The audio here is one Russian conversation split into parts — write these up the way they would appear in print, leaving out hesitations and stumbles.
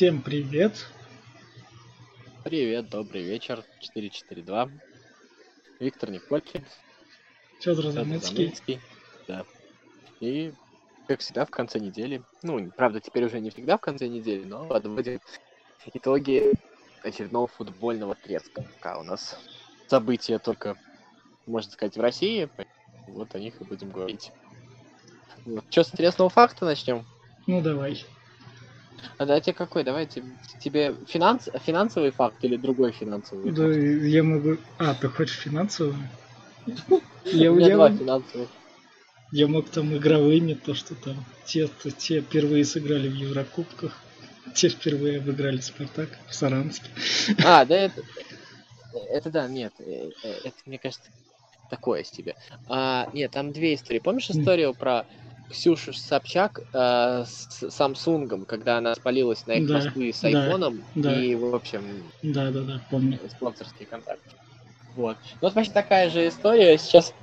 Всем привет. Привет, добрый вечер. 442. Виктор Никольчин, Федор Федор Замыцкий. Замыцкий. Да. И, как всегда, в конце недели, правда, теперь уже не всегда в конце недели, но подводим итоги очередного футбольного треска. У нас события только, можно сказать, в России, поэтому вот о них и будем говорить. Вот. Что, с интересного факта начнем? Ну давай. А дайте какой? Давайте тебе финансовый факт или другой финансовый Да, факт? я могу. Ты хочешь финансовую? У меня два финансовых. Я мог там игровыми, то что там те впервые сыграли в Еврокубках, те впервые обыграли Спартак в Саранске. Да, это да, нет, это, мне кажется, такое себе. Нет, там две истории. Помнишь историю про Ксюшу Собчак с Самсунгом, когда она спалилась на их Да, Москвы с да, айфоном да. и, в общем, Да, помню. спонсорский контакт. Вот. Вот почти такая же история. Сейчас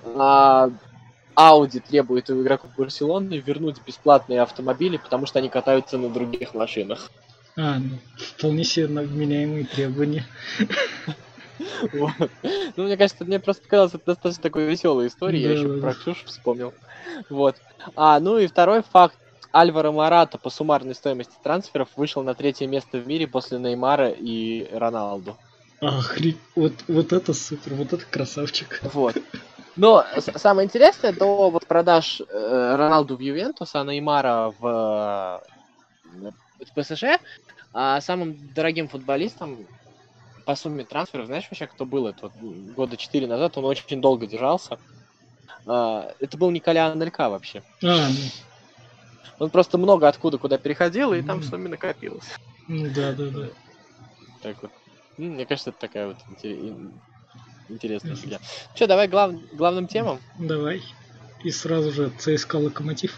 Audi требует у игроков Барселоны вернуть бесплатные автомобили, потому что они катаются на других машинах. Вполне себе вменяемые требования. Вот. Мне кажется, мне просто показалось, это достаточно такой веселой историей, я еще Да. про Ксюшу вспомнил. Вот. И второй факт. Альваро Мората по суммарной стоимости трансферов вышел на 3-е место в мире после Неймара и Роналду. Вот это супер, вот это красавчик. Вот. Но самое интересное, до продаж Роналду в Ювентус, а Неймара в ПСЖ, самым дорогим футболистом по сумме трансферов, знаешь вообще, кто был? Это года 4 назад, он очень долго держался. Это был Николя Анелька вообще. Он просто много откуда куда переходил, и там в сумме накопилось. Да. Так вот. Мне кажется, это такая вот интересная фигня. Что, давай главным темам? Давай. И сразу же ЦСКА Локомотив.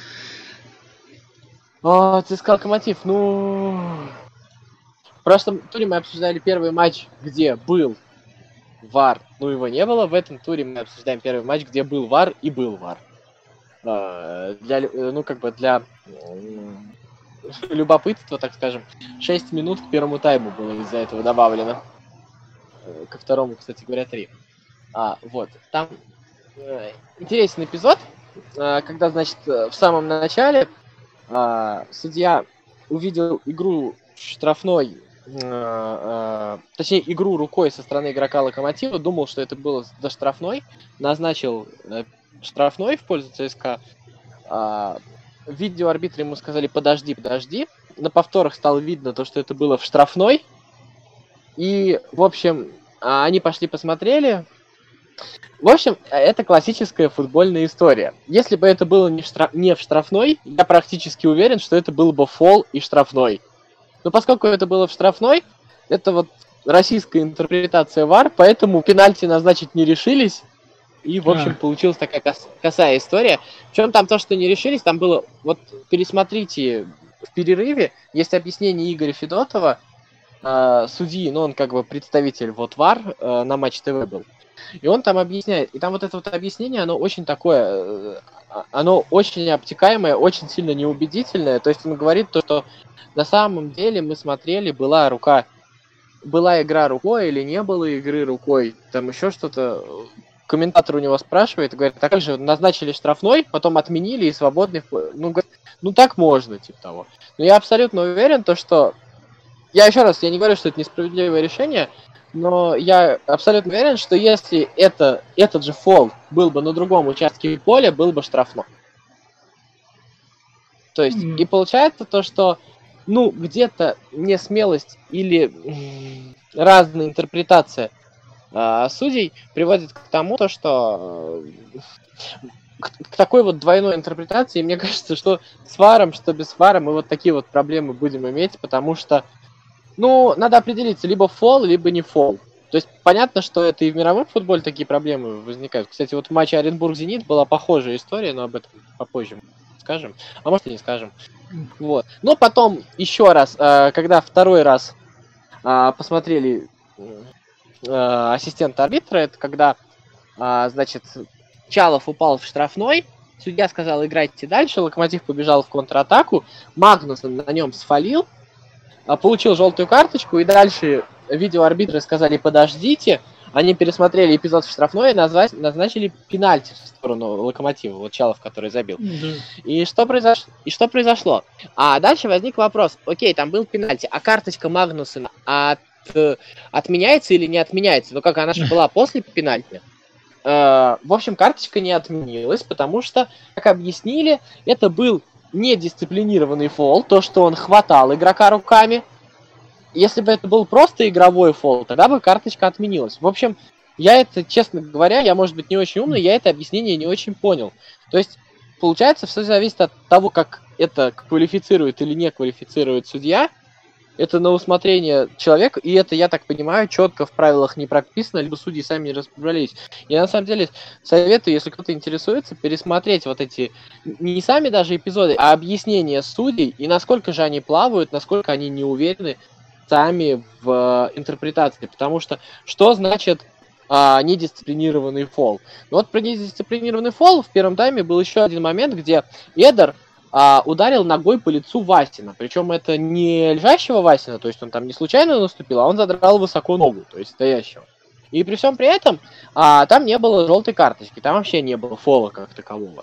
ЦСКА Локомотив, В прошлом туре мы обсуждали первый матч, где был ВАР, его не было. В этом туре мы обсуждаем первый матч, где был ВАР и был ВАР. Для любопытства, так скажем, 6 минут к первому тайму было из-за этого добавлено. Ко второму, кстати говоря, 3. Там интересный эпизод, когда, значит, в самом начале судья увидел игру штрафной, точнее, игру рукой со стороны игрока Локомотива, думал, что это было за штрафной, назначил штрафной в пользу ЦСКА. Видеоарбитры ему сказали: подожди. На повторах стало видно то, что это было в штрафной. И, в общем, они пошли посмотрели. В общем, это классическая футбольная история. Если бы это было не в штрафной, я практически уверен, что это был бы фол и штрафной. Но поскольку это было в штрафной, это российская интерпретация ВАР, поэтому пенальти назначить не решились. И, в общем, получилась такая косая история. Причем там то, что не решились, там было... пересмотрите в перерыве, есть объяснение Игоря Федотова, судьи, он как бы представитель ВАР на Матч ТВ был. И он там объясняет. И там это объяснение, оно очень такое... Оно очень обтекаемое, очень сильно неубедительное. То есть он говорит то, что на самом деле мы смотрели, была игра рукой или не было игры рукой. Там еще что-то... Комментатор у него спрашивает, говорит: а как же назначили штрафной, потом отменили и свободный... говорит, так можно, типа того. Но я абсолютно уверен, что... Я еще раз, я не говорю, что это несправедливое решение, но я абсолютно уверен, что если этот же фол был бы на другом участке поля, был бы штрафной. То есть, и получается то, что, где-то несмелость или разная интерпретация судей приводит к тому, что к такой двойной интерпретации. И мне кажется, что с ВАРом, что без ВАРа мы такие проблемы будем иметь, потому что, надо определиться, либо фол, либо не фол. То есть понятно, что это и в мировом футболе такие проблемы возникают. Кстати, в матче Оренбург-Зенит была похожая история, но об этом попозже скажем. А может и не скажем. Но потом еще раз, когда второй раз посмотрели ассистента арбитра, это когда, значит, Чалов упал в штрафной, судья сказал: играйте дальше, Локомотив побежал в контратаку, Магнусон на нем сфолил, получил желтую карточку, и дальше видеоарбитры сказали «подождите», они пересмотрели эпизод в штрафной и назначили пенальти в сторону Локомотива, вот Чалов, который забил. Да. И что произошло? А дальше возник вопрос, окей, там был пенальти, а карточка Магнусена отменяется или не отменяется? Ну как, она же была после пенальти. В общем, карточка не отменилась, потому что, как объяснили, это был недисциплинированный фол, то, что он хватал игрока руками. Если бы это был просто игровой фол, тогда бы карточка отменилась. В общем, я это, честно говоря, я, может быть, не очень умный, я это объяснение не очень понял. То есть, получается, все зависит от того, как это квалифицирует или не квалифицирует судья. Это на усмотрение человека, и это, я так понимаю, четко в правилах не прописано, либо судьи сами не разобрались. Я на самом деле советую, если кто-то интересуется, пересмотреть вот эти, не сами даже эпизоды, а объяснения судей, и насколько же они плавают, насколько они не уверены сами в интерпретации. Потому что значит недисциплинированный фол? Ну вот про недисциплинированный фол в первом тайме был еще один момент, где Эдер ударил ногой по лицу Васина. Причем это не лежащего Васина, то есть он там не случайно наступил, а он задрал высоко ногу, то есть стоящего. И при всем при этом там не было желтой карточки, там вообще не было фола как такового.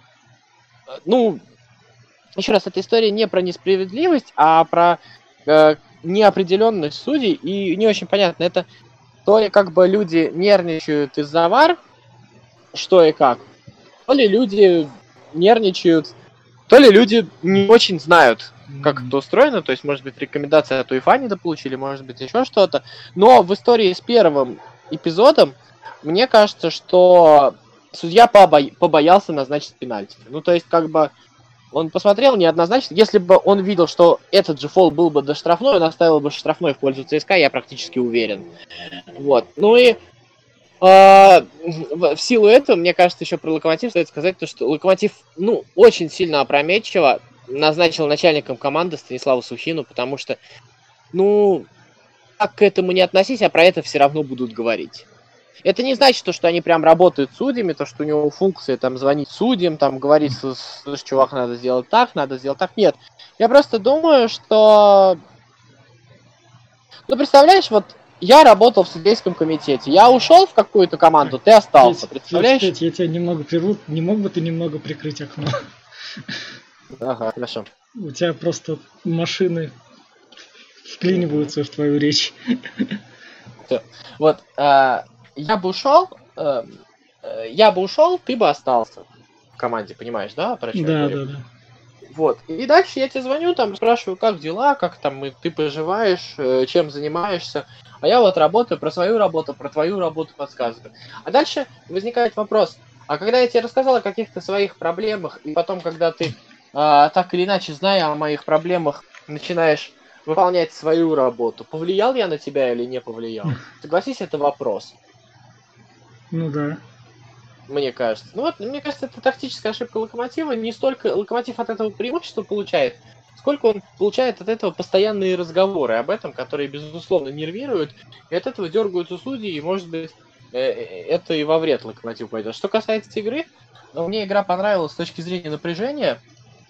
Ну, еще раз, эта история не про несправедливость, а про неопределенность судей, и не очень понятно, это то ли как бы люди нервничают из-за ВАР, что и как, то ли люди нервничают, то ли люди не очень знают, как это устроено, то есть, может быть, рекомендации от УЕФА недополучили, может быть, еще что-то. Но в истории с первым эпизодом, мне кажется, что судья побоялся назначить пенальти. Ну, то есть, как бы, он посмотрел неоднозначно. Если бы он видел, что этот же фол был бы до штрафной, он оставил бы штрафной в пользу ЦСКА, я практически уверен. Вот. Ну и в силу этого, мне кажется, еще про Локомотив стоит сказать, то, что Локомотив, ну, очень сильно опрометчиво назначил начальником команды Станислава Сухину, потому что, ну, как к этому не относись, а про это все равно будут говорить. Это не значит, что они прям работают судьями, то, что у него функция там звонить судьям, там говорить, слушай, чувак, надо сделать так. Нет. Я просто думаю, что... Ну, представляешь, вот я работал в судейском комитете. Я ушел в какую-то команду, ты остался. Представляешь? Я тебя немного прерву. Не мог бы ты немного прикрыть окно? Ага, хорошо. У тебя просто машины вклиниваются в твою речь. Вот, я бы ушел, ты бы остался в команде, понимаешь, да? Про что я говорю? Да. Вот. И дальше я тебе звоню, там спрашиваю, как дела, как там ты поживаешь, чем занимаешься. А я вот работаю, про свою работу, про твою работу подсказываю. А дальше возникает вопрос, а когда я тебе рассказал о каких-то своих проблемах, и потом, когда ты так или иначе, зная о моих проблемах, начинаешь выполнять свою работу, повлиял я на тебя или не повлиял? Согласись, это вопрос. Ну да. Мне кажется. Ну вот, мне кажется, это тактическая ошибка Локомотива. Не столько Локомотив от этого преимущества получает, сколько он получает от этого постоянные разговоры об этом, которые, безусловно, нервируют, и от этого дергаются судьи, и, может быть, это и во вред Локомотиву пойдет. Что касается игры, мне игра понравилась с точки зрения напряжения.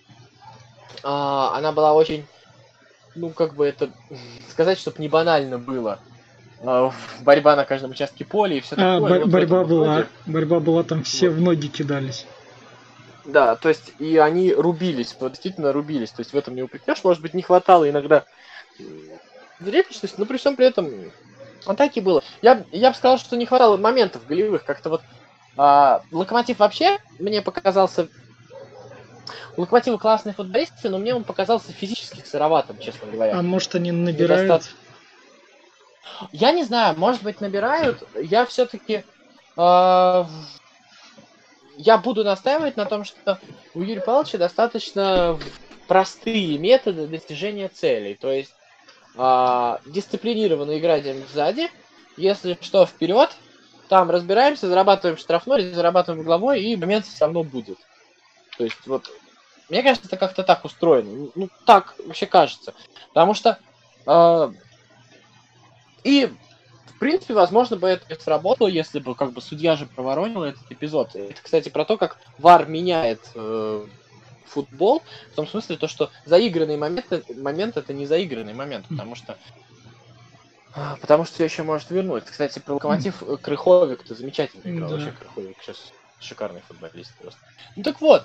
Она была очень, ну, как бы это сказать, чтобы не банально было. Борьба на каждом участке поля и все такое. Борьба была, там все в ноги кидались. Да, то есть и они рубились, действительно рубились. То есть в этом не упрекнешь, может быть, не хватало иногда зрелищности, но при всем при этом атаки было. Я бы сказал, что не хватало моментов голевых. Как-то вот Локомотив вообще мне показался... У Локомотива классные футболисты, но мне он показался физически сыроватым, честно говоря. А может, они набирают? Я не знаю, может быть, набирают. Я все-таки... я буду настаивать на том, что у Юрия Павловича достаточно простые методы достижения целей. То есть дисциплинированно играть сзади, если что, вперед, там разбираемся, зарабатываем штрафной, зарабатываем угловой, и момент все равно будет. То есть вот, мне кажется, это как-то так устроено. Ну, так вообще кажется. Потому что и, в принципе, возможно бы это сработало, если бы как бы судья же проворонил этот эпизод. Это, кстати, про то, как ВАР меняет футбол, в том смысле, то, что заигранный момент это не заигранный момент, потому что все еще может вернуть. Кстати, про Локомотив Крыховик-то замечательно играл, вообще Крыховик сейчас шикарный футболист просто. Ну так вот,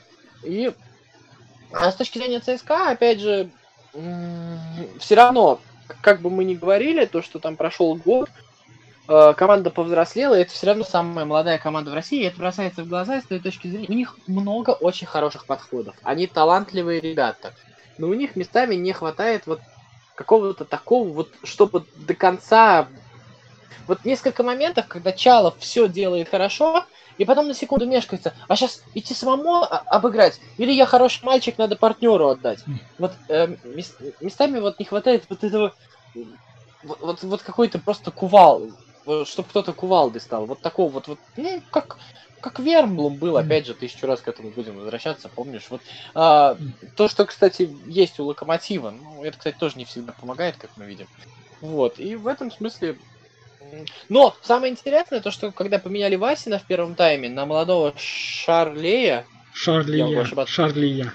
а с точки зрения ЦСКА, опять же, все равно, как бы мы ни говорили, то, что там прошел год, команда повзрослела, и это все равно самая молодая команда в России, и это бросается в глаза с той точки зрения. У них много очень хороших подходов, они талантливые ребята, но у них местами не хватает вот какого-то такого вот, чтобы до конца... Вот несколько моментов, когда Чалов все делает хорошо, и потом на секунду мешкается. А сейчас идти самому обыграть? Или я хороший мальчик, надо партнеру отдать? Вот местами вот не хватает вот этого... Вот какой-то просто кувал. Чтобы кто-то кувалдой стал. Вот такого вот ну, как Вермблум был, опять же, 1000 раз к этому будем возвращаться, помнишь? Вот то, что, кстати, есть у Локомотива, ну, это, кстати, тоже не всегда помогает, как мы видим. Вот, и в этом смысле... Но самое интересное, то, что когда поменяли Васина в первом тайме на молодого Шарлея... Шарлия.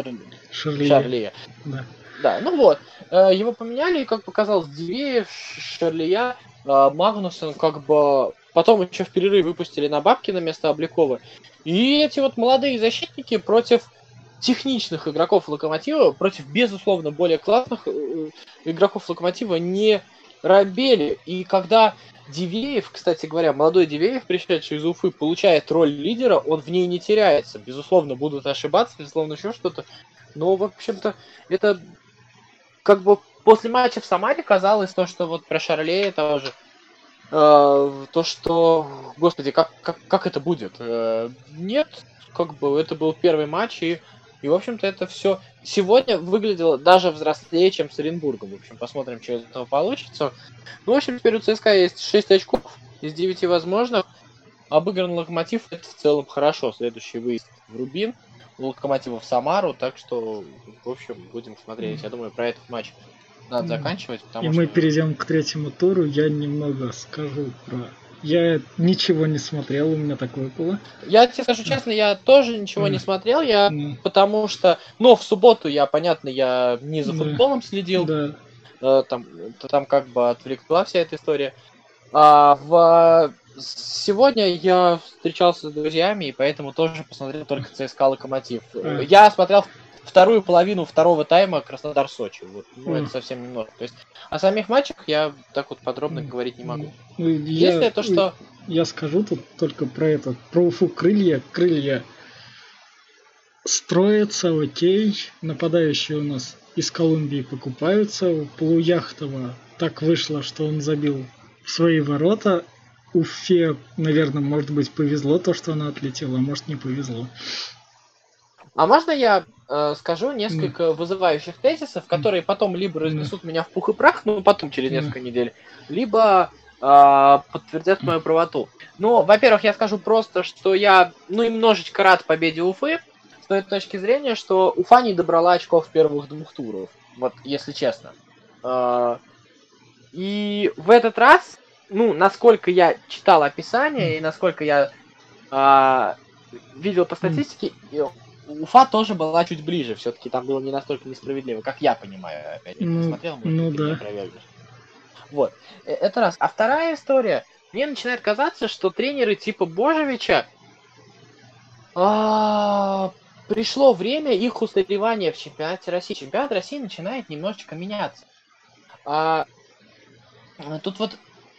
Да, ну вот, его поменяли, и, как показалось, Дивеев, Шарлия, Магнусон, как бы... Потом еще в перерыве выпустили на Бабкина вместо Облякова. И эти вот молодые защитники против техничных игроков Локомотива, против, безусловно, более классных игроков Локомотива не робели. И когда Дивеев, кстати говоря, молодой Дивеев, пришедший из Уфы, получает роль лидера, он в ней не теряется. Безусловно, будут ошибаться, безусловно, еще что-то. Но, в общем-то, это как бы после матча в Самаре казалось то, что вот про Шарлея тоже... то, что, господи, как это будет? Нет, как бы это был первый матч, и в общем-то, это все сегодня выглядело даже взрослее, чем с Оренбургом. В общем, посмотрим, что из этого получится. Ну, в общем, теперь у ЦСКА есть 6 очков из 9 возможных. Обыгран Локомотив, это в целом хорошо. Следующий выезд в Рубин, у Локомотива в Самару, так что, в общем, будем смотреть. Я думаю, про этот матч надо заканчивать, потому что... И мы перейдем к третьему туру. Я немного скажу про... Я ничего не смотрел, у меня такое было. Я тебе скажу честно, я тоже ничего не смотрел, потому что... Но в субботу я не за футболом следил. Там как бы отвлекла вся эта история. Сегодня я встречался с друзьями, и поэтому тоже посмотрел только ЦСКА Локомотив. Я смотрел вторую половину второго тайма Краснодар-Сочи. Вот. Ну, это совсем немного. То есть о самих матчах я так вот подробно говорить не могу. Я скажу тут только про это. Про Уфу крылья. Крылья строятся, окей. Нападающие у нас из Колумбии покупаются. У Полуяхтова так вышло, что он забил в свои ворота. Уфе, наверное, может быть, повезло то, что она отлетела, а может, не повезло. А можно я скажу несколько вызывающих тезисов, которые потом либо разнесут меня в пух и прах, ну, потом через несколько недель, либо подтвердят мою правоту. Ну, во-первых, я скажу просто, что я, немножечко рад победе Уфы, с той точки зрения, что Уфа не добрала очков в первых 2 туров, вот, если честно. И в этот раз, насколько я читал описание и насколько я видел по статистике, Уфа тоже была чуть ближе, все-таки там было не настолько несправедливо, как я понимаю, опять я не смотрел, может, ты меня опровергнешь. Вот, это раз. А вторая история, мне начинает казаться, что тренеры типа Божевича, пришло время их устаревания в чемпионате России. Чемпионат России начинает немножечко меняться. Тут вот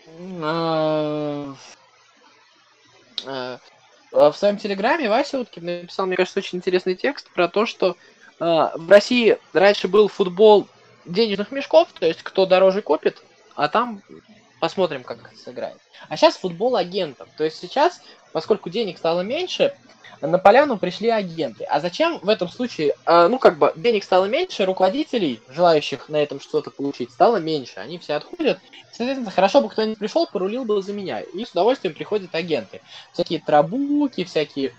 в своем телеграме Вася Уткин написал, мне кажется, очень интересный текст про то, что в России раньше был футбол денежных мешков, то есть кто дороже купит, а там посмотрим, как это сыграет. А сейчас футбол агентов. То есть сейчас, поскольку денег стало меньше, на поляну пришли агенты. А зачем в этом случае, денег стало меньше, руководителей, желающих на этом что-то получить, стало меньше. Они все отходят. Соответственно, хорошо бы кто-нибудь пришел, порулил бы за меня. И с удовольствием приходят агенты. Всякие трабуки, всякие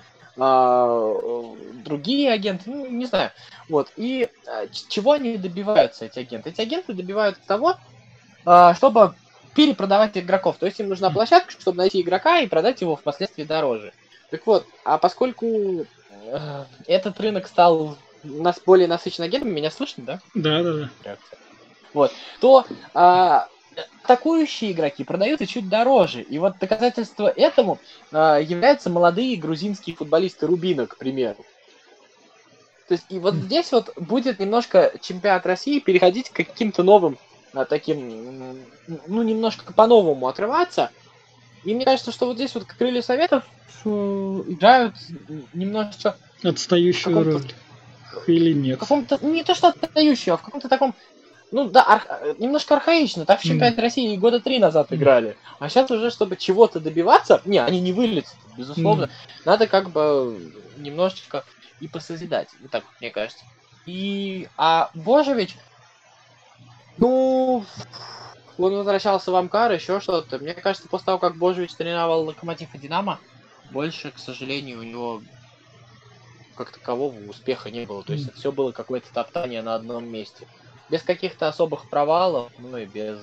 другие агенты, не знаю. Вот. И чего они добиваются, эти агенты? Эти агенты добиваются того, чтобы перепродавать игроков. То есть им нужна площадка, чтобы найти игрока и продать его впоследствии дороже. Так вот, а поскольку этот рынок стал у нас более насыщенная геном, меня слышно, да? Да. Реакция. Вот. То атакующие игроки продаются чуть дороже. И вот доказательство этому являются молодые грузинские футболисты Рубина, к примеру. То есть, и вот здесь вот будет немножко чемпионат России переходить к каким-то новым таким, ну, немножко по-новому открываться. И мне кажется, что вот здесь вот Крылья Советов играют немножечко Отстающую роль. Или нет? в каком-то, не то что отстающую, а в каком-то таком, ну да, немножко архаично. Так в чемпионате России года 3 назад играли. А сейчас уже, чтобы чего-то добиваться, не, они не вылетят, безусловно. Надо как бы немножечко и посозидать. Вот так, мне кажется. А Божевич, ну, он возвращался в Амкар, еще что-то. Мне кажется, после того, как Божевич тренировал Локомотив и Динамо, больше, к сожалению, у него как такового успеха не было. То есть это все было какое-то топтание на одном месте. Без каких-то особых провалов, ну и без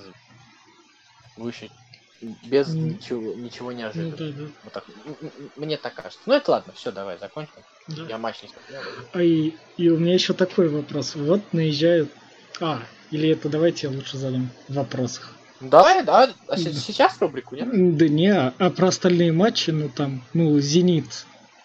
ничего неожиданного. Да. Вот так. Мне так кажется. Ну это ладно, все, давай закончим. Да. Я матч не смотрел. И у меня еще такой вопрос. Вот наезжают... или это давайте я лучше задам в вопросах. Давай. А сейчас рубрику, нет? Да не, а про остальные матчи, Зенит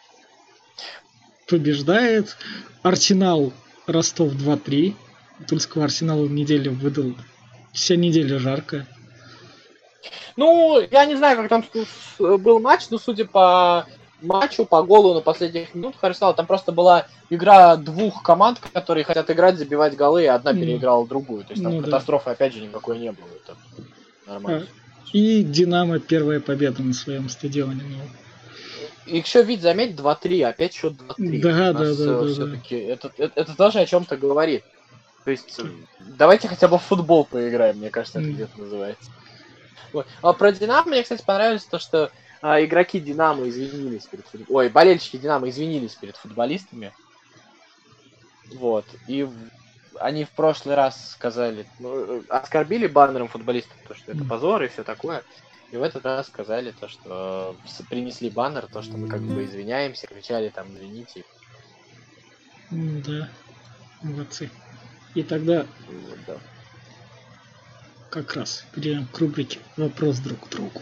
побеждает. Арсенал Ростов 2-3. Тульского Арсенала неделю выдал. Вся неделя жаркая. Ну, я не знаю, как там был матч, но судя по матчу, по голу на последних минутах Арсенала, там просто была игра двух команд, которые хотят играть, забивать голы, и одна переиграла другую. То есть там катастрофы, опять же, никакой не было. Это нормально. И Динамо первая победа на своем стадионе. И еще вид, заметь, 2-3, опять счет 2-3. Да. Все-таки это тоже о чем-то говорит. То есть давайте хотя бы в футбол поиграем, мне кажется, это где-то называется. Вот. А про Динамо мне, кстати, понравилось то, что игроки Динамо извинились болельщики Динамо извинились перед футболистами. Вот. И они в прошлый раз сказали, оскорбили баннером футболистов, то, что это позор и все такое. И в этот раз сказали то, что принесли баннер, то, что мы как бы извиняемся, кричали там извините. Да, молодцы. И тогда как раз перейдем к рубрике «Вопрос друг к другу».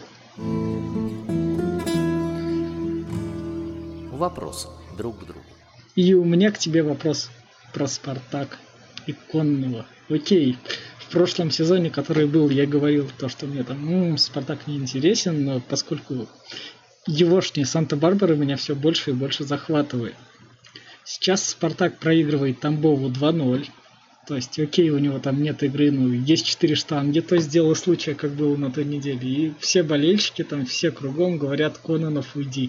Вопрос друг к другу. И у меня к тебе вопрос про «Спартак» и Конного. Окей, в прошлом сезоне, который был, я говорил то, что мне там «Спартак» не интересен, но поскольку егошний Санта-Барбара меня все больше и больше захватывает. Сейчас «Спартак» проигрывает Тамбову 2-0. То есть, окей, у него там нет игры, есть 4 штанги, то есть дело случая, как было на той неделе. И все болельщики там, все кругом говорят: Кононов, уйди.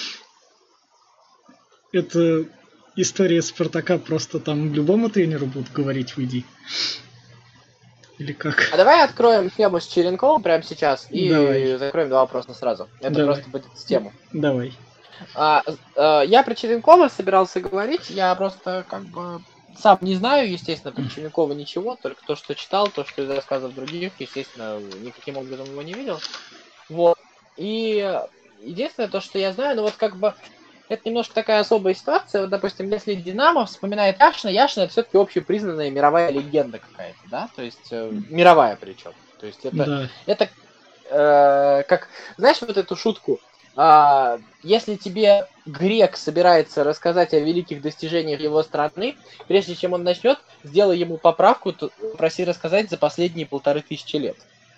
Это история Спартака, просто там любому тренеру будут говорить: уйди. Или как? А давай откроем тему с Черенковым прямо сейчас и Давай. закроем два вопроса сразу. Это Давай. просто будет с тему. Давай. Я про Черенкова собирался говорить, я просто как бы сам не знаю, естественно, про Черенкова ничего, только то, что читал, то, что из рассказов других, естественно, никаким образом его не видел. Вот. И единственное, то, что я знаю, вот как бы это немножко такая особая ситуация. Вот, допустим, если Динамо вспоминает Яшина, Яшин это все-таки общепризнанная мировая легенда какая-то, да? То есть мировая причем. То есть это как, знаешь, вот эту шутку, если тебе грек собирается рассказать о великих достижениях его страны, прежде чем он начнет, сделай ему поправку, то проси рассказать за последние 1500 лет.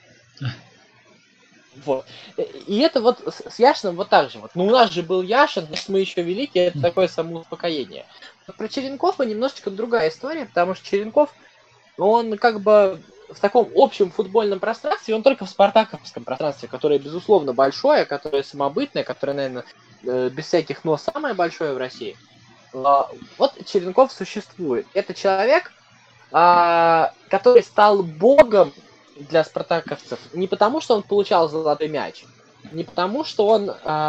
Вот. И это вот с Яшиным вот так же. Вот. У нас же был Яшин, значит, мы еще великие, это такое самоуспокоение. Но про Черенкова немножечко другая история, потому что Черенков, он как бы в таком общем футбольном пространстве, он только в спартаковском пространстве, которое, безусловно, большое, которое самобытное, которое, наверное, без всяких «но» самое большое в России. Вот Черенков существует. Это человек, который стал богом для спартаковцев не потому, что он получал золотой мяч, не потому, что он,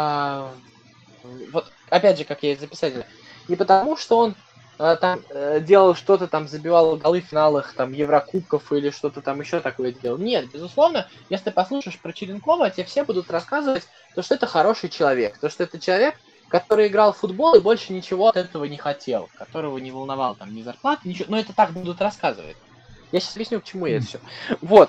вот опять же, как я и записал, не потому, что он там делал что-то, там забивал голы в финалах там Еврокубков или что-то там еще такое делал. Нет, безусловно, если ты послушаешь про Черенкова, тебе все будут рассказывать, то, что это хороший человек, то, что это человек, который играл в футбол и больше ничего от этого не хотел, которого не волновал там ни зарплата, ничего. Но это так будут рассказывать. Я сейчас объясню, к чему я это все. Вот.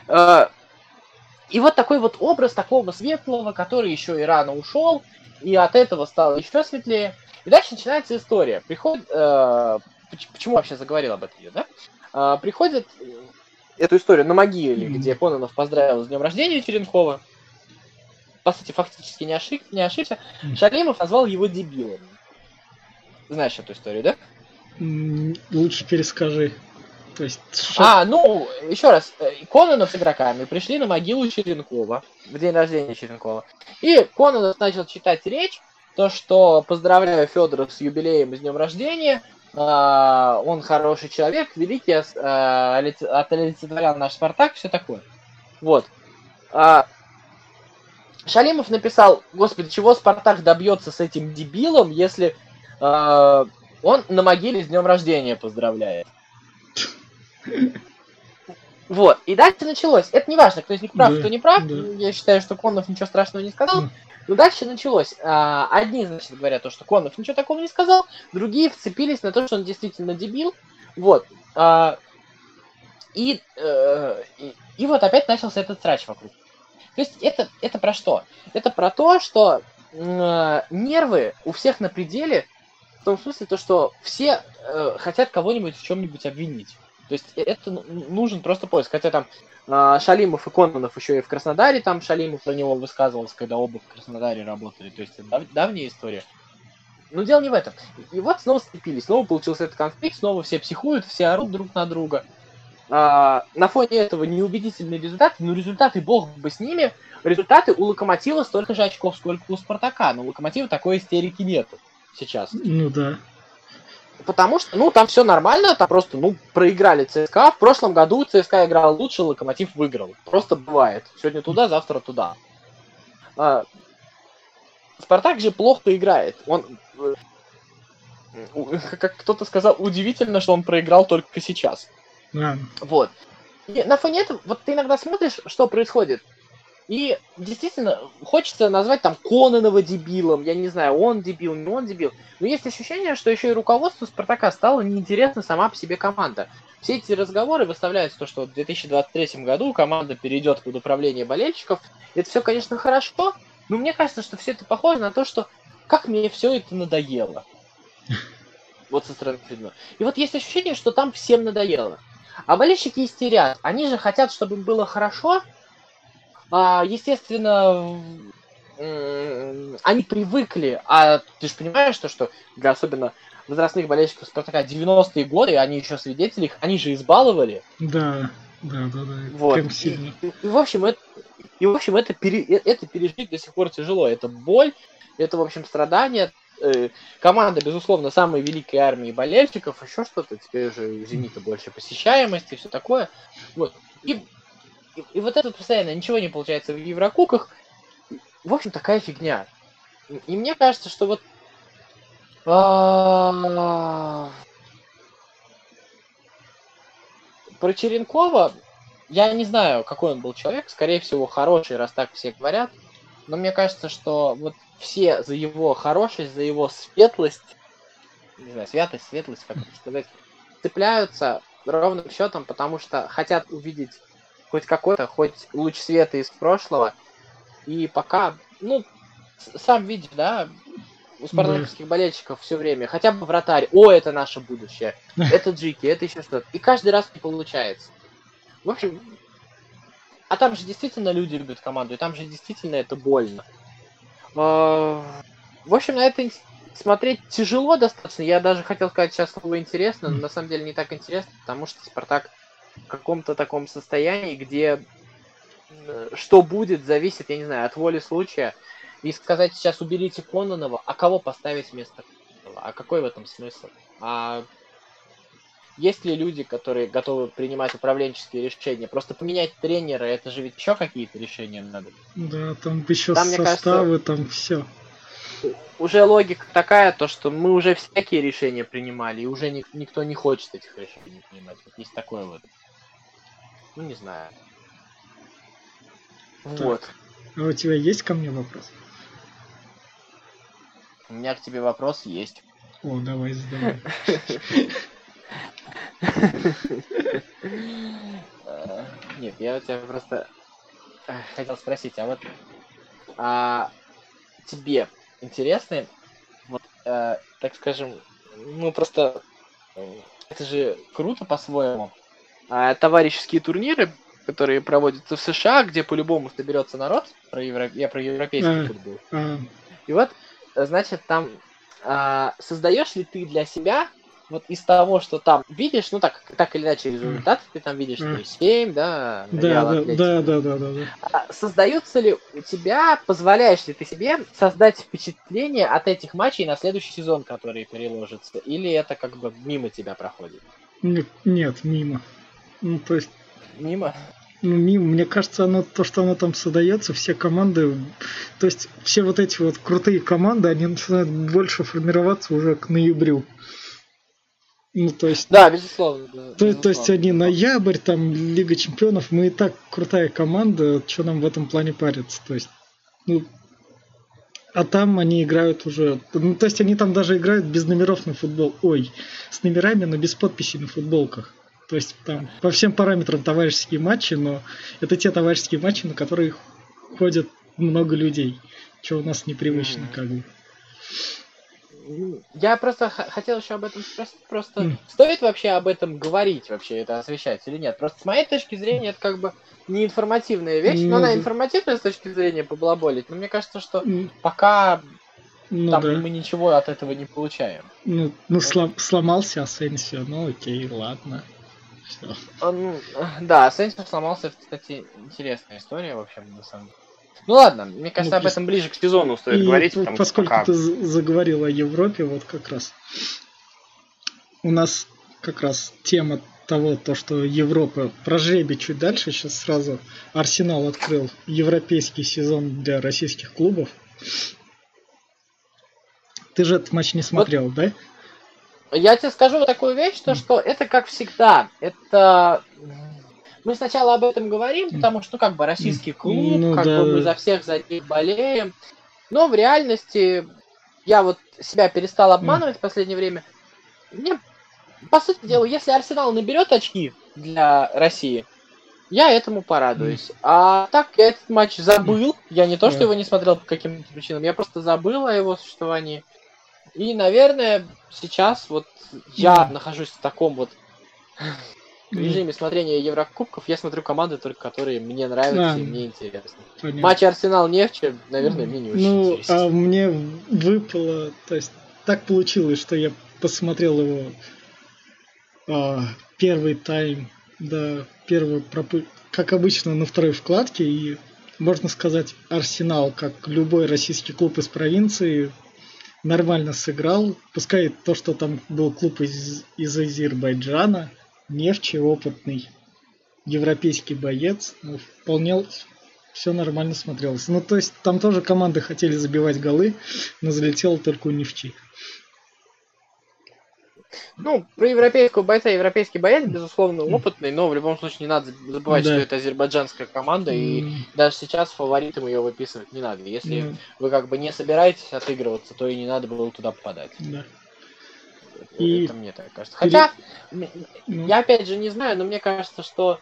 И вот такой вот образ такого светлого, который еще и рано ушел, и от этого стало еще светлее. И дальше начинается история. Приходит... почему вообще заговорил об этом, да? Приходит эту историю на могиле, где Кононов поздравил с днем рождения Черенкова. По сути, фактически не ошибся. Шалимов назвал его дебилом. Знаешь эту историю, да? Лучше перескажи. То есть, еще раз. Кононов с игроками пришли на могилу Черенкова в день рождения Черенкова. И Кононов начал читать речь, то, что поздравляю Федора с юбилеем и с днем рождения. Он хороший человек, великий, олицетворял наш Спартак, все такое. Вот. Шалимов написал: господи, чего Спартак добьется с этим дебилом, если он на могиле с днем рождения поздравляет. Вот, и дальше началось. Это не важно, кто из них прав, кто не прав. Я считаю, что Кононов ничего страшного не сказал. Но дальше началось. Одни, значит, говорят, что Кононов ничего такого не сказал, другие вцепились на то, что он действительно дебил. Вот. И вот опять начался этот срач вокруг. То есть это про что? Это про то, что нервы у всех на пределе, в том смысле, то, что все хотят кого-нибудь в чем-нибудь обвинить. То есть это нужен просто поиск. Хотя там Шалимов и Кононов еще и в Краснодаре, там Шалимов про него высказывался, когда оба в Краснодаре работали. То есть это давняя история. Но дело не в этом. И вот снова сцепились, снова получился этот конфликт, снова все психуют, все орут друг на друга. На фоне этого неубедительные результаты, но результаты бог бы с ними. Результаты у Локомотива столько же очков, сколько у Спартака, но у Локомотива такой истерики нету сейчас. Ну да. Потому что, там все нормально, там просто, проиграли ЦСКА. В прошлом году ЦСКА играл лучше, Локомотив выиграл. Просто бывает. Сегодня туда, завтра туда. Спартак же плохо играет. Он, как кто-то сказал, удивительно, что он проиграл только сейчас. Вот. И на фоне этого, вот ты иногда смотришь, что происходит. И действительно, хочется назвать там Кононова дебилом, я не знаю, он дебил, не он дебил. Но есть ощущение, что еще и руководству Спартака стало неинтересна сама по себе команда. Все эти разговоры выставляются, то, что в 2023 году команда перейдет под управление болельщиков. Это все, конечно, хорошо, но мне кажется, что все это похоже на то, что как мне все это надоело. Вот со стороны фильма. И вот есть ощущение, что там всем надоело. А болельщики истерят. Они же хотят, чтобы им было хорошо. Естественно, они привыкли. А ты же понимаешь, что для особенно возрастных болельщиков Спартака 90-е годы, они еще свидетели их, они же избаловали. Да. Вот. Прям сильно. И в общем, это пережить до сих пор тяжело. Это боль, это, в общем, страдания. Команда, безусловно, самой великой армии болельщиков, еще что-то. Теперь уже у «Зенита» больше посещаемости и все такое. Вот. И вот это постоянно ничего не получается в Еврокубках. В общем, такая фигня. И мне кажется, что вот про Черенкова я не знаю, какой он был человек. Скорее всего, хороший, раз так все говорят. Но мне кажется, что вот все за его хорошесть, за его светлость, не знаю, святость, светлость, как это сказать, цепляются ровным счетом, потому что хотят увидеть хоть какой-то, хоть луч света из прошлого. И пока, сам видишь, да, у спартаковских болельщиков все время, хотя бы вратарь, это наше будущее, это Джики, это еще что-то. И каждый раз не получается. В общем, а там же действительно люди любят команду, и там же действительно это больно. В общем, на это смотреть тяжело достаточно. Я даже хотел сказать сейчас слово интересно, но на самом деле не так интересно, потому что Спартак в каком-то таком состоянии, где что будет, зависит, я не знаю, от воли случая. И сказать сейчас уберите Кононова, а кого поставить вместо Кононова? А какой в этом смысл? А есть ли люди, которые готовы принимать управленческие решения? Просто поменять тренера, это же ведь еще какие-то решения надо. Да, там еще там, составы, кажется, там все. Уже логика такая, то что мы уже всякие решения принимали, и уже никто не хочет этих решений принимать. Вот есть такое вот. Не знаю. Так. Вот. А у тебя есть ко мне вопрос? У меня к тебе вопрос есть. О, давай задавай. Нет, я у тебя просто хотел спросить, тебе интересны, вот, так скажем, ну просто это же круто по-своему, товарищеские турниры, которые проводятся в США, где по-любому соберется народ, я про европейский футбол. И вот, значит, там создаешь ли ты для себя вот из того, что там видишь, ну так или иначе результаты ты там видишь, 7, да, Да. Создаются ли у тебя, позволяешь ли ты себе создать впечатление от этих матчей на следующий сезон, которые переложатся, или это как бы мимо тебя проходит? Нет, мимо. Ну, то есть... Мимо? Ну, мимо. Мне кажется, то, что оно там создается, все команды, то есть все вот эти вот крутые команды, они начинают больше формироваться уже к ноябрю. Ну, то есть... Да, безусловно. То есть они ноябрь, там, Лига Чемпионов, мы и так крутая команда, что нам в этом плане париться, то есть... Ну, а там они играют уже... Ну, то есть они там даже играют без номеров на футбол. Ой, с номерами, но без подписей на футболках. То есть там по всем параметрам товарищеские матчи, но это те товарищеские матчи, на которые ходят много людей. Что у нас непривычно, как бы. Я просто хотел еще об этом спросить, просто стоит вообще об этом говорить, вообще это освещать или нет? Просто с моей точки зрения это как бы не информативная вещь, но она информативная с точки зрения поблаболить, но мне кажется, что пока мы ничего от этого не получаем. Сломался Асенсио, ну окей, ладно. Все. Да, Асенсио сломался, кстати, интересная история, в общем, на самом деле. Ну ладно, мне кажется, об этом ближе к сезону стоит говорить. Поскольку ты заговорил о Европе, вот как раз у нас как раз тема того, что Европа про жребий чуть дальше, сейчас сразу Арсенал открыл европейский сезон для российских клубов. Ты же этот матч не смотрел, вот, да? Я тебе скажу такую вещь, что это как всегда, это... Мы сначала об этом говорим, потому что, как бы, российский клуб, мы за всех за них болеем. Но в реальности я вот себя перестал обманывать в последнее время. Мне, по сути дела, если Арсенал наберет очки для России, я этому порадуюсь. А так я этот матч забыл. Я не то, что его не смотрел по каким-то причинам, я просто забыл о его существовании. И, наверное, сейчас вот я нахожусь в таком вот в режиме смотрения Еврокубков, я смотрю команды только, которые мне нравятся и мне интересны. Матч Арсенал-Нефчи, наверное, мне не очень интересен. А мне выпало, то есть так получилось, что я посмотрел его первый тайм, да, как обычно, на второй вкладке, и можно сказать, Арсенал, как любой российский клуб из провинции, нормально сыграл. Пускай то, что там был клуб из Азербайджана, Нефчи, опытный европейский боец, вполне все нормально смотрелось. Ну, то есть там тоже команды хотели забивать голы, но залетело только у Нефчи. Ну, про европейского бойца, европейский боец, безусловно, опытный, но в любом случае не надо забывать, что это азербайджанская команда, и даже сейчас фаворитом ее выписывать не надо. Если вы как бы не собираетесь отыгрываться, то и не надо было туда попадать. Да. Это мне так кажется. Хотя, я опять же не знаю, но мне кажется, что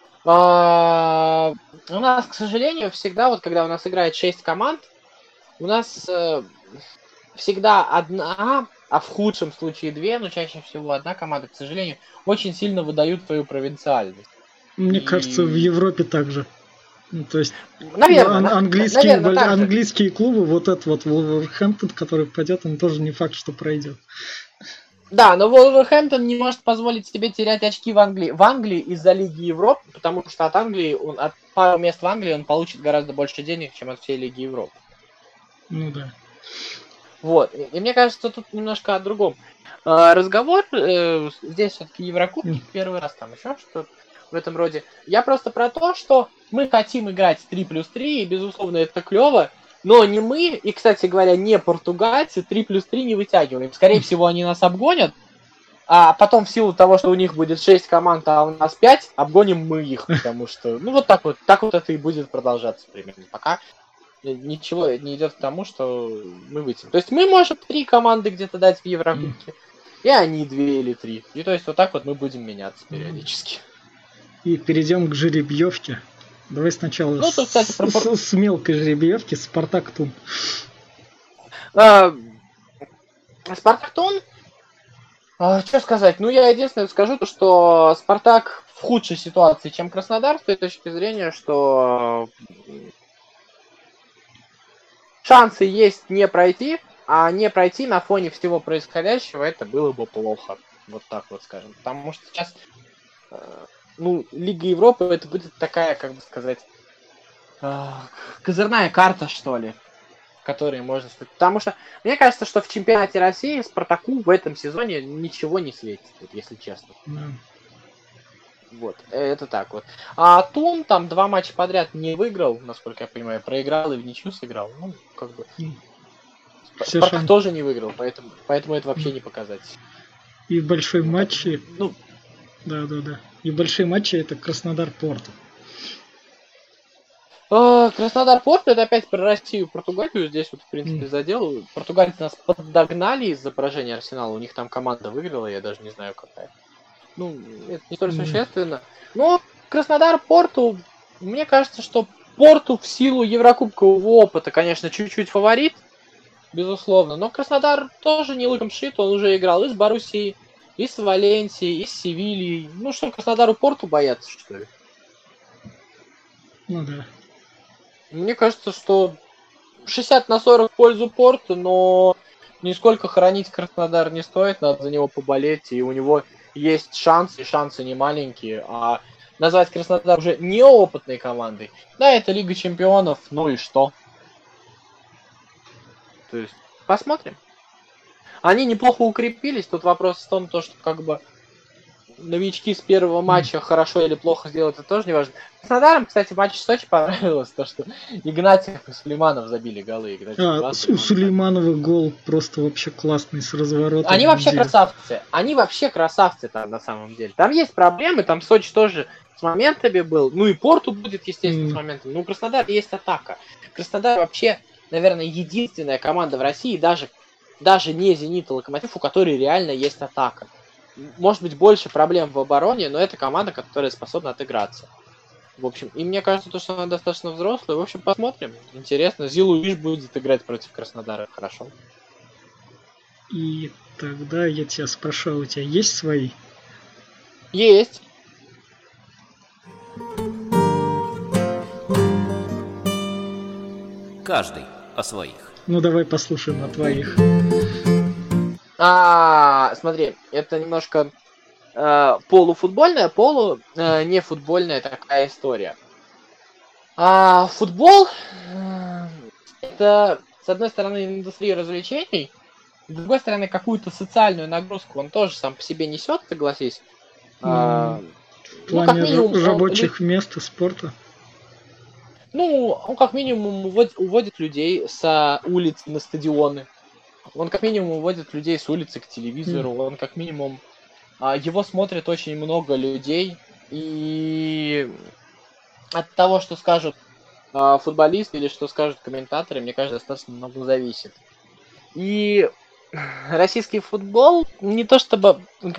у нас, к сожалению, всегда, вот когда у нас играет 6 команд, у нас всегда одна, а в худшем случае 2, но чаще всего одна команда, к сожалению, очень сильно выдают свою провинциальность. Мне кажется, в Европе также. Ну, то есть, наверное, английские клубы, вот этот вот Вулверхэмптон, который пойдет, он тоже не факт, что пройдет. Да, но Вулверхэмптон не может позволить себе терять очки в Англии. В Англии из-за Лиги Европы, потому что от Англии, от пару мест в Англии он получит гораздо больше денег, чем от всей Лиги Европы. Ну да. Вот. И мне кажется, тут немножко о другом. Разговор здесь все-таки Еврокубки первый раз, там еще что-то в этом роде. Я просто про то, что мы хотим играть 3+3, и, безусловно, это клево, но не мы, и, кстати говоря, не португальцы 3+3 не вытягиваем. Скорее всего, они нас обгонят, а потом в силу того, что у них будет 6 команд, а у нас 5, обгоним мы их, потому что, ну, вот так вот это и будет продолжаться примерно. Пока ничего не идет к тому, что мы вытянем. То есть мы можем 3 команды где-то дать в Еврокубке, и они 2 или 3. И то есть вот так вот мы будем меняться периодически. И перейдем к жеребьевке. Давай сначала Ну, тут, кстати, с мелкой жеребьевки Спартак Тун. Спартак Тун? Что сказать? Ну, я единственное скажу, то, что Спартак в худшей ситуации, чем Краснодар, с той точки зрения, что шансы есть не пройти, а не пройти на фоне всего происходящего, это было бы плохо. Вот так вот скажем. Потому что сейчас, Лига Европы, это будет такая, как бы сказать, козырная карта, что ли, в которой можно... Потому что мне кажется, что в чемпионате России Спартаку в этом сезоне ничего не светит, если честно. Вот, это так вот. А Тун там 2 матча подряд не выиграл, насколько я понимаю, проиграл и в ничью сыграл. Ну, как бы... Спартак тоже не выиграл, поэтому это вообще не показатель. И в большой матче... Да. И большие матчи это Краснодар-Порту. Краснодар-Порт, это опять про Россию и Португалию. Здесь вот, в принципе, задел. Португальцы нас подогнали из-за поражения Арсенала. У них там команда выиграла, я даже не знаю какая. Ну, это не столь существенно. Но Краснодар-Порту, мне кажется, что Порту в силу еврокубкового опыта, конечно, чуть-чуть фаворит, безусловно. Но Краснодар тоже не лыком шит, он уже играл и с Боруссией, и с Валенсией, и с Севильей. Ну что, Краснодару Порту бояться, что ли? Ну да. Мне кажется, что 60-40 в пользу Порту, но нисколько хоронить Краснодар не стоит, надо за него поболеть, и у него есть шансы, и шансы не маленькие, а назвать Краснодар уже неопытной командой, да, это Лига Чемпионов, ну и что? То есть, посмотрим. Они неплохо укрепились, тут вопрос в том, что как бы новички с первого матча хорошо или плохо сделают, это тоже не важно. Краснодарам, кстати, матч в Сочи понравилось, то, что Игнатьев и Сулейманов забили голы. У Сулейманова гол просто вообще классный, с разворота. Они вообще красавцы. Они вообще красавцы там на самом деле. Там есть проблемы, там Сочи тоже с моментами был. Ну и Порту будет, естественно, с моментами. Ну, у Краснодара есть атака. Краснодар вообще, наверное, единственная команда в России, даже не Зенит и Локомотив, у которой реально есть атака. Может быть, больше проблем в обороне, но это команда, которая способна отыграться. В общем, и мне кажется, что она достаточно взрослая. В общем, посмотрим. Интересно. Зилуиш будет играть против Краснодара. Хорошо. И тогда я тебя спрошу, у тебя есть свои? Есть. Каждый о своих. Ну, давай послушаем о твоих. Смотри, это немножко полуфутбольная, нефутбольная такая история. Футбол это, с одной стороны, индустрия развлечений, с другой стороны, какую-то социальную нагрузку он тоже сам по себе несет, согласись. В плане рабочих мест и спорта? Ну, он как минимум уводит людей с улиц на стадионы. Он как минимум уводит людей с улицы к телевизору. Он как минимум... его смотрит очень много людей. И от того, что скажут футболисты или что скажут комментаторы, мне кажется, достаточно много зависит. И российский футбол не то чтобы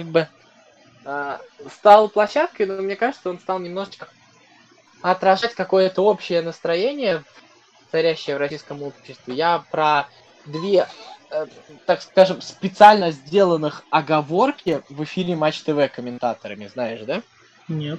стал площадкой, но мне кажется, он стал немножечко отражать какое-то общее настроение, царящее в российском обществе. Я про 2, так скажем, специально сделанных оговорки в эфире Матч ТВ комментаторами, знаешь, да? Нет.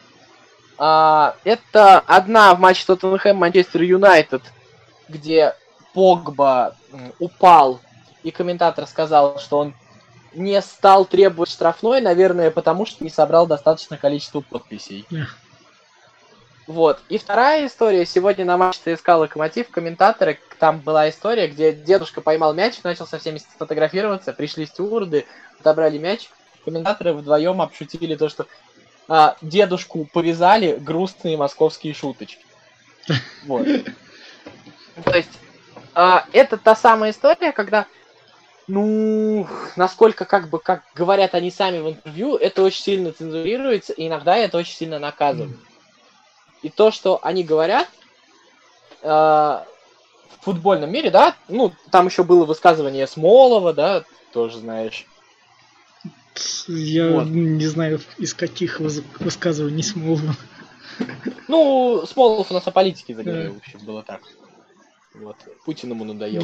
Это одна в матче Тоттенхэм Манчестер Юнайтед, где Погба упал, и комментатор сказал, что он не стал требовать штрафной, наверное, потому что не собрал достаточное количество подписей. Вот. И вторая история. Сегодня на матче ЦСКА Локомотив комментаторы, там была история, где дедушка поймал мяч, начал со всеми фотографироваться, пришли стюарды, отобрали мяч. Комментаторы вдвоем обшутили то, что дедушку повязали, грустные московские шуточки. Вот. То есть, это та самая история, когда, насколько, как говорят они сами в интервью, это очень сильно цензурируется, и иногда это очень сильно наказывает. И то, что они говорят, в футбольном мире, да, ну, там еще было высказывание Смолова, да, тоже знаешь. Я Вот. не знаю, из каких высказываний Смолова. Ну, Смолов у нас о политике заговорил, в общем, было так. Вот, Путин ему надоел.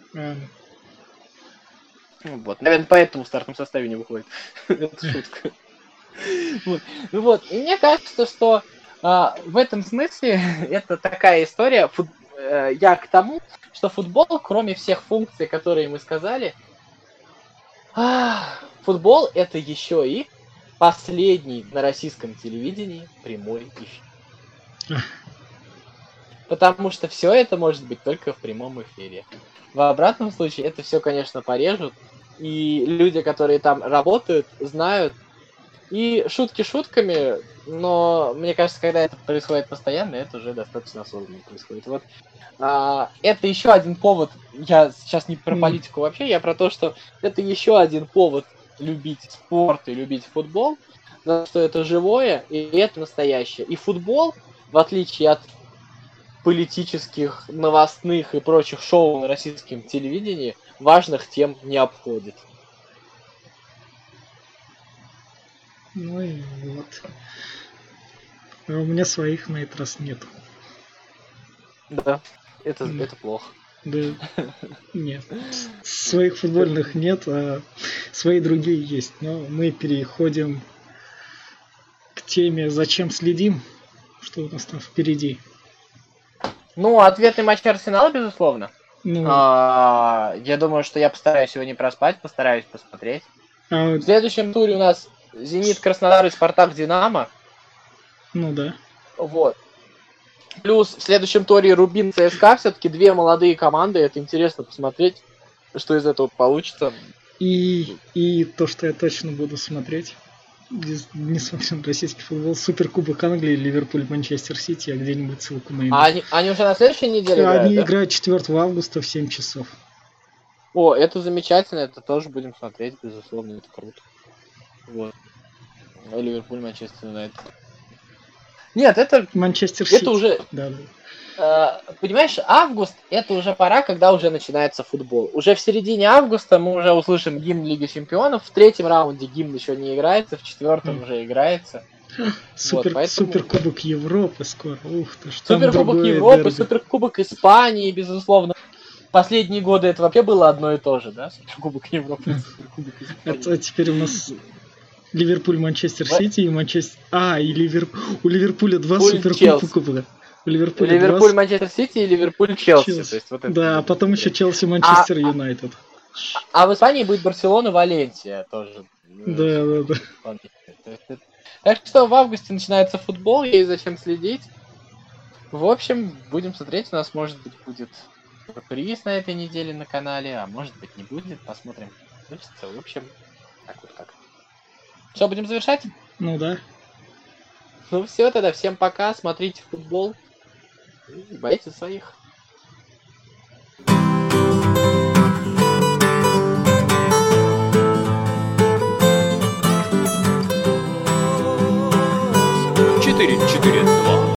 Вот, наверное, поэтому в стартовом составе не выходит. Это шутка. Вот. Ну вот, и мне кажется, что в этом смысле это такая история. Я к тому, что футбол, кроме всех функций, которые мы сказали, футбол это еще и последний на российском телевидении прямой эфир. Потому что все это может быть только в прямом эфире. В обратном случае это все, конечно, порежут. И люди, которые там работают, знают. И шутки шутками, но мне кажется, когда это происходит постоянно, это уже достаточно осознанно происходит. Вот это еще один повод. Я сейчас не про политику вообще, я про то, что это еще один повод любить спорт и любить футбол, потому что это живое и это настоящее. И футбол, в отличие от политических, новостных и прочих шоу на российском телевидении, важных тем не обходит. Ну и вот. А у меня своих на этот раз нет. Да, это плохо. Да, нет. Своих футбольных нет, а свои другие есть. Но мы переходим к теме «Зачем следим?», что у нас там впереди. Ну, ответный матч Арсенала, безусловно. Ну, я думаю, что я постараюсь его не проспать, постараюсь посмотреть. В следующем туре у нас Зенит, Краснодар и Спартак, Динамо. Ну да. Вот. Плюс в следующем туре Рубин, ЦСКА. Все-таки две молодые команды. Это интересно посмотреть, что из этого получится. И то, что я точно буду смотреть, несмотря на российский футбол, Суперкубок Англии, Ливерпуль, Манчестер Сити, я где-нибудь ссылку найду. Они уже на следующей неделе играют, Они да? играют 4 августа в 7 часов. О, это замечательно, это тоже будем смотреть, безусловно, это круто. Вот. Ливерпуль, Манчестер Юнайтед. Нет, это... Манчестер Сити. Это уже... Да. Понимаешь, август это уже пора, когда уже начинается футбол. Уже в середине августа мы уже услышим гимн Лиги Чемпионов. В третьем раунде гимн еще не играется, в четвертом уже играется. Суперкубок Европы скоро. Ух ты, что Суперкубок Европы, Суперкубок Испании, безусловно. Последние годы это вообще было одно и то же, да? Суперкубок Европы и Суперкубок Испании. А теперь у нас Ливерпуль, Манчестер Сити и Манчестер... у Ливерпуля 2 Суперкубка. Ливерпуль, Манчестер Сити и Ливерпуль, Челси. То есть, вот это да, а потом еще Челси, Манчестер Юнайтед. А в Испании будет Барселона, Валенсия тоже. Да. Так что в августе начинается футбол, есть зачем следить. В общем, будем смотреть, у нас может быть будет приз на этой неделе на канале, а может быть не будет, посмотрим. В общем, так вот как. Что, будем завершать? Ну да. Ну все, тогда всем пока, смотрите футбол. Болейте за своих. Четыре, 4, 2.